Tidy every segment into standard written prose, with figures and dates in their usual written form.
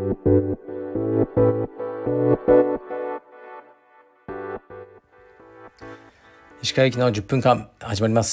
石川行きの10分間始まります。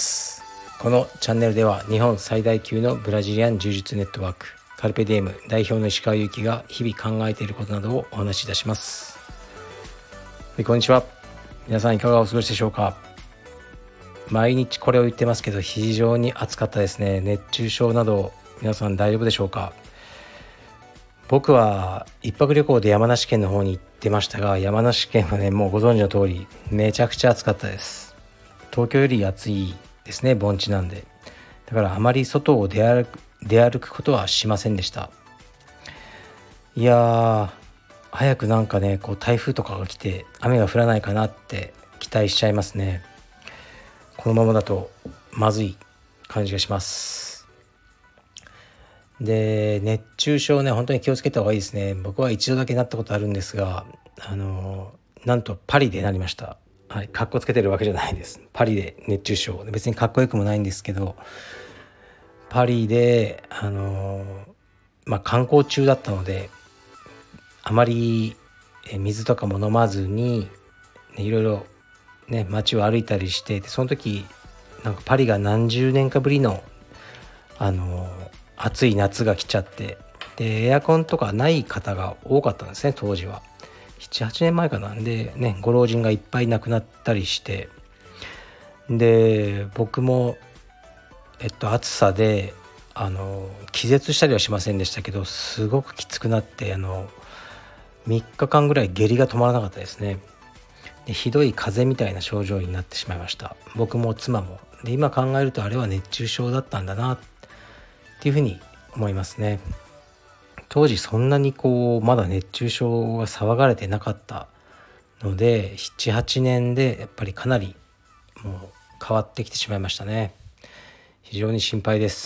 このチャンネルでは日本最大級のブラジリアン柔術ネットワークカルペディエム代表の石川行きが日々考えていることなどをお話しいたします。こんにちは。皆さんいかがお過ごしでしょうか。毎日これを言ってますけど非常に暑かったですね。熱中症など皆さん大丈夫でしょうか。僕は一泊旅行で山梨県の方に行ってましたが、山梨県はね、もうご存知の通りめちゃくちゃ暑かったです。東京より暑いですね。盆地なんで。だからあまり外を出歩くことはしませんでした。いやー、早くなんかね、台風とかが来て雨が降らないかなって期待しちゃいますね。このままだとまずい感じがします。で、熱中症ね、本当に気をつけた方がいいですね。僕は一度だけなったことあるんですが、なんとパリでなりました。はい、かっこつけてるわけじゃないです。パリで熱中症、別にかっこよくもないんですけど、パリで観光中だったので、あまり水とかも飲まずに、いろいろね街を歩いたりして、その時なんかパリが何十年かぶりの暑い夏が来ちゃって、でエアコンとかない方が多かったんですね。当時は7、8年前かなんでね、ご老人がいっぱい亡くなったりして、で僕も暑さで気絶したりはしませんでしたけど、すごくきつくなって3日間ぐらい下痢が止まらなかったですね。でひどい風邪みたいな症状になってしまいました。僕も妻も。で今考えるとあれは熱中症だったんだなっていうふうに思いますね。当時そんなにまだ熱中症が騒がれてなかったので、7、8年でやっぱりかなりもう変わってきてしまいましたね。非常に心配です。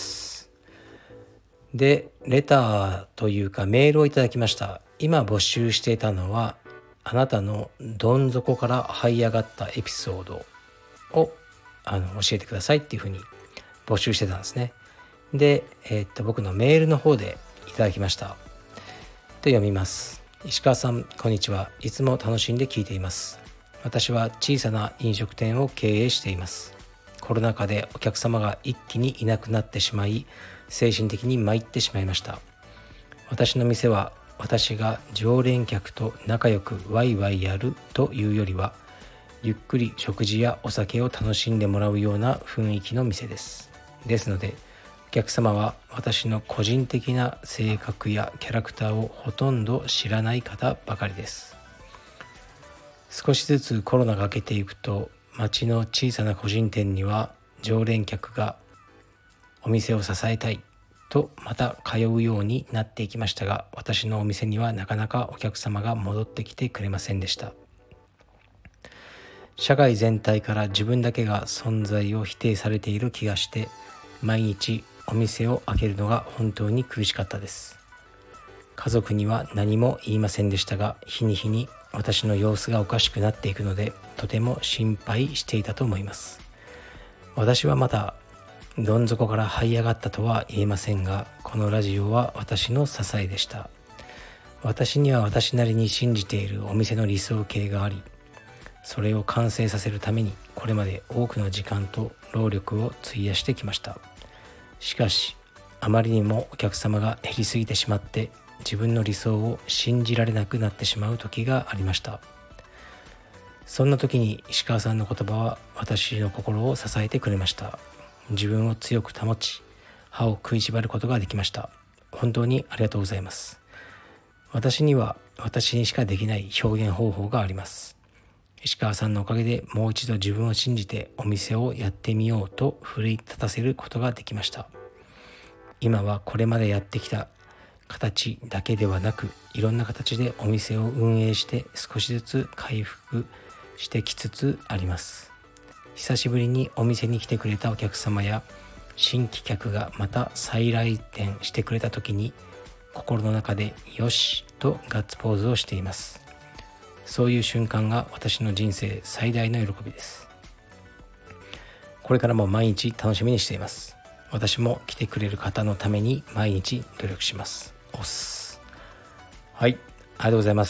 でレターというかメールをいただきました。今募集していたのは、あなたのどん底から這い上がったエピソードを教えてくださいっていうふうに募集してたんですね。で、僕のメールの方でいただきました。で読みます。石川さん、こんにちは。いつも楽しんで聞いています。私は小さな飲食店を経営しています。コロナ禍でお客様が一気にいなくなってしまい、精神的に参ってしまいました。私の店は私が常連客と仲良くワイワイやるというよりは、ゆっくり食事やお酒を楽しんでもらうような雰囲気の店です。ですのでお客様は私の個人的な性格やキャラクターをほとんど知らない方ばかりです。少しずつコロナが明けていくと、町の小さな個人店には常連客がお店を支えたいとまた通うようになっていきましたが、私のお店にはなかなかお客様が戻ってきてくれませんでした。社会全体から自分だけが存在を否定されている気がして、毎日お店を開けるのが本当に苦しかったです。家族には何も言いませんでしたが、日に日に私の様子がおかしくなっていくので、とても心配していたと思います。私はまだどん底から這い上がったとは言えませんが、このラジオは私の支えでした。私には私なりに信じているお店の理想形があり、それを完成させるためにこれまで多くの時間と労力を費やしてきました。しかしあまりにもお客様が減りすぎてしまって、自分の理想を信じられなくなってしまう時がありました。そんな時に石川さんの言葉は私の心を支えてくれました。自分を強く保ち、歯を食いしばることができました。本当にありがとうございます。私には私にしかできない表現方法があります。石川さんのおかげでもう一度自分を信じてお店をやってみようと奮い立たせることができました。今はこれまでやってきた形だけではなく、いろんな形でお店を運営して少しずつ回復してきつつあります。久しぶりにお店に来てくれたお客様や新規客がまた再来店してくれた時に、心の中でよしとガッツポーズをしています。そういう瞬間が私の人生最大の喜びです。これからも毎日楽しみにしています。私も来てくれる方のために毎日努力します。 はい、ありがとうございます。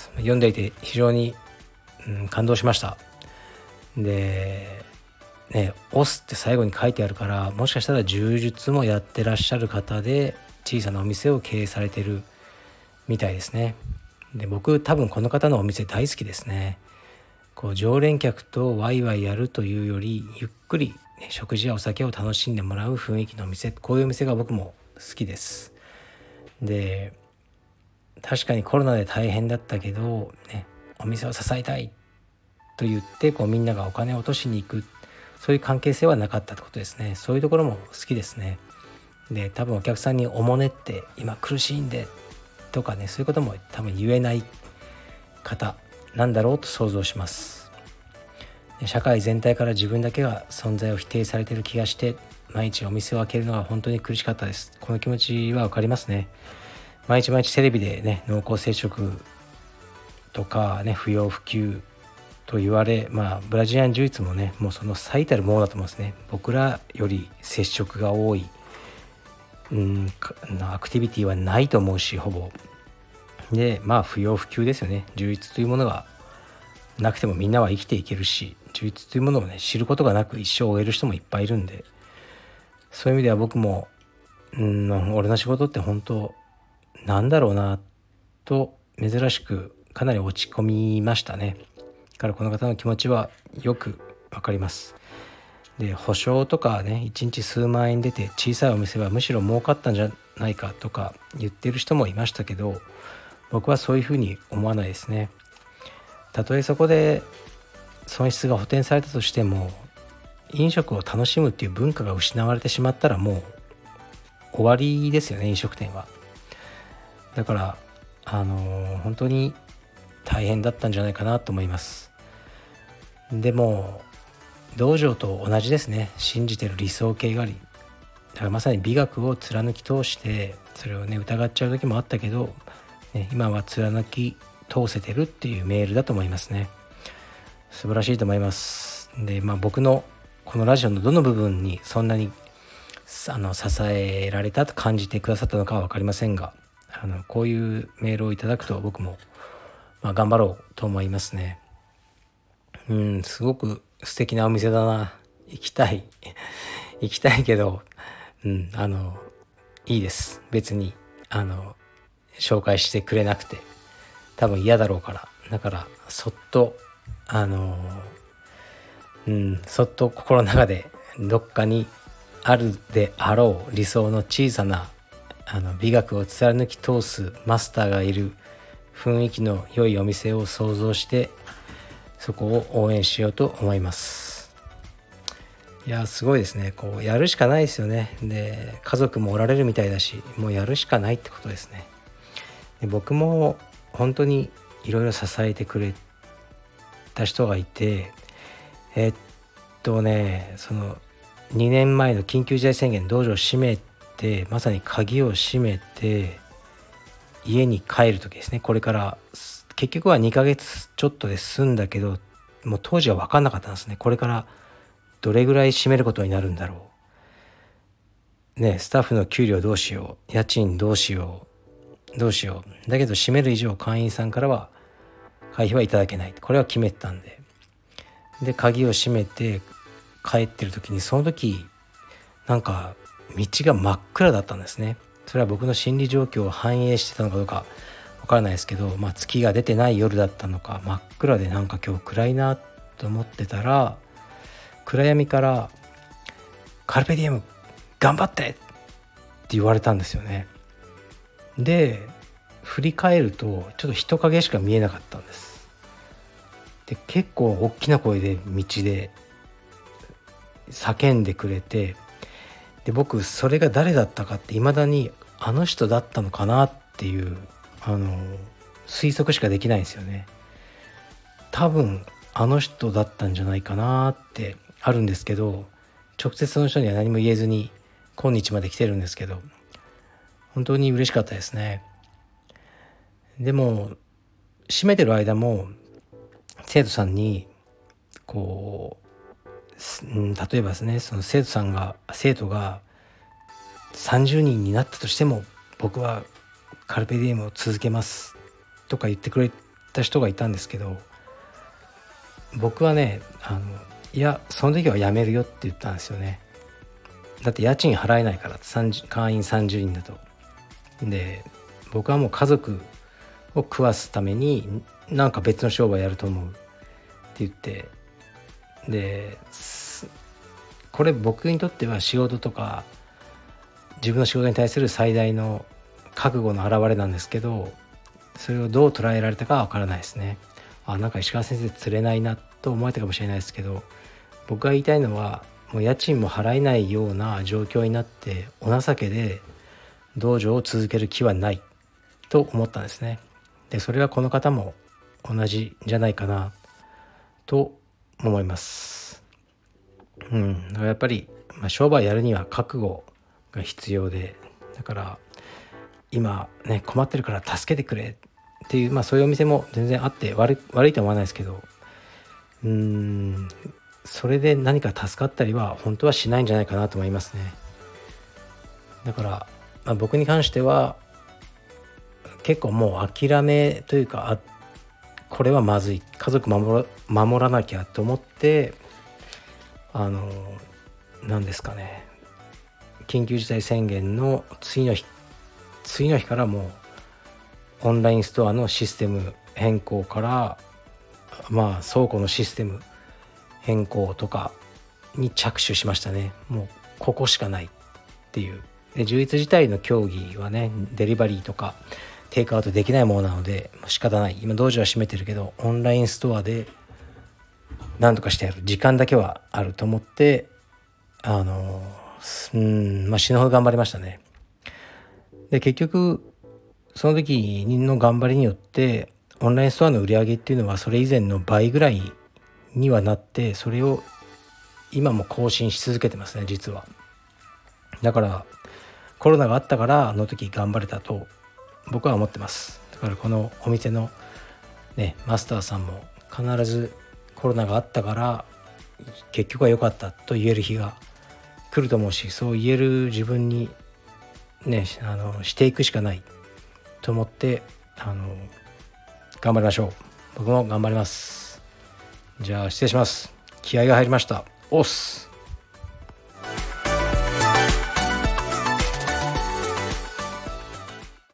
読んでいて非常に、感動しました。でね、押すって最後に書いてあるから、もしかしたら柔術もやってらっしゃる方で小さなお店を経営されてるみたいですね。で、僕多分この方のお店大好きですね。こう常連客とワイワイやるというより、ゆっくり、ね、食事やお酒を楽しんでもらう雰囲気のお店、こういうお店が僕も好きです。で、確かにコロナで大変だったけど、ね、お店を支えたいと言ってこうみんながお金を落としに行く、そういう関係性はなかったってことですね。そういうところも好きですね。で、多分お客さんにおもねって今苦しいんでとかね、そういうことも多分言えない方なんだろうと想像します。社会全体から自分だけが存在を否定されている気がして、毎日お店を開けるのが本当に苦しかったです。この気持ちは分かりますね。毎日テレビでね、濃厚接触とかね、不要不急と言われ、ブラジリアン柔術もね、もうその最たるものだと思うんですね。僕らより接触が多い、アクティビティはないと思うし、ほぼで、不要不急ですよね。充実というものがなくてもみんなは生きていけるし、充実というものをね、知ることがなく一生を終える人もいっぱいいるんで、そういう意味では僕も俺の仕事って本当なんだろうなと珍しくかなり落ち込みましたね。だからこの方の気持ちはよくわかります。で、保証とかね、1日数万円出て小さいお店はむしろ儲かったんじゃないかとか言ってる人もいましたけど、僕はそういうふうに思わないですね。たとえそこで損失が補填されたとしても、飲食を楽しむっていう文化が失われてしまったらもう終わりですよね、飲食店は。だから本当に大変だったんじゃないかなと思います。でも道場と同じですね。信じてる理想形があり、だからまさに美学を貫き通して、それをね疑っちゃう時もあったけど、今は貫き通せてるっていうメールだと思いますね。素晴らしいと思います。で、僕のこのラジオのどの部分にそんなに支えられたと感じてくださったのかは分かりませんが、こういうメールをいただくと僕も、頑張ろうと思いますね。すごく素敵なお店だな。行きたい行きたいけど、いいです。別に紹介してくれなくて多分嫌だろうから。だからそっとそっと心の中でどっかにあるであろう理想の小さな美学を貫き通すマスターがいる雰囲気の良いお店を想像して、そこを応援しようと思います。いや、すごいですね。こうやるしかないですよね。で、家族もおられるみたいだし、もうやるしかないってことですね。で、僕も本当にいろいろ支えてくれた人がいて、その2年前の緊急事態宣言、道場を閉めて、まさに鍵を閉めて家に帰る時ですね。これから結局は2ヶ月ちょっとで済んだけど、もう当時は分かんなかったんですね。これからどれぐらい閉めることになるんだろうね。スタッフの給料どうしよう、家賃どうしようだけど閉める以上会員さんからは会費はいただけない、これは決めてたんで、鍵を閉めて帰ってる時に、その時なんか道が真っ暗だったんですね。それは僕の心理状況を反映してたのかどうかわからないですけど、月が出てない夜だったのか、真っ暗でなんか今日暗いなと思ってたら、暗闇からカルペディエム頑張ってって言われたんですよね。で、振り返るとちょっと人影しか見えなかったんです。で、結構大きな声で道で叫んでくれて、で、僕それが誰だったかって未だにあの人だったのかなっていう推測しかできないんですよね。多分あの人だったんじゃないかなってあるんですけど、直接その人には何も言えずに今日まで来てるんですけど、本当に嬉しかったですね。でも閉めてる間も生徒さんにこう、例えばですね、その生徒が30人になったとしても僕はカルペディエムを続けますとか言ってくれた人がいたんですけど、僕はねいやその時はやめるよって言ったんですよね。だって家賃払えないから、会員30人だと。で僕はもう家族を食わすためになんか別の商売やると思うって言って、でこれ僕にとっては仕事とか自分の仕事に対する最大の覚悟の表れなんですけど、それをどう捉えられたかは分からないですね。なんか石川先生釣れないなと思えたかもしれないですけど、僕が言いたいのはもう家賃も払えないような状況になってお情けで道場を続ける気はないと思ったんですね。でそれはこの方も同じじゃないかなと思います。だからやっぱり、商売やるには覚悟が必要で、だから今ね困ってるから助けてくれっていう、そういうお店も全然あって悪いとは思わないですけど、それで何か助かったりは本当はしないんじゃないかなと思いますね。だから、僕に関しては結構もう諦めというか、これはまずい、家族守らなきゃと思って何ですかね、緊急事態宣言の次の日からもうオンラインストアのシステム変更から、倉庫のシステム変更とかに着手しましたね。もうここしかないっていう。で充実自体の競技はね、デリバリーとかテイクアウトできないものなので仕方ない。今道場は閉めてるけどオンラインストアで何とかしてやる、時間だけはあると思って死ぬほど頑張りましたね。で結局その時の頑張りによってオンラインストアの売り上げっていうのはそれ以前の倍ぐらいにはなって、それを今も更新し続けてますね、実は。だからコロナがあったからあの時頑張れたと僕は思ってます。だからこのお店のねマスターさんも必ずコロナがあったから結局は良かったと言える日が来ると思うし、そう言える自分にねしていくしかないと思って頑張りましょう。僕も頑張ります。じゃあ失礼します。気合が入りました。おっす。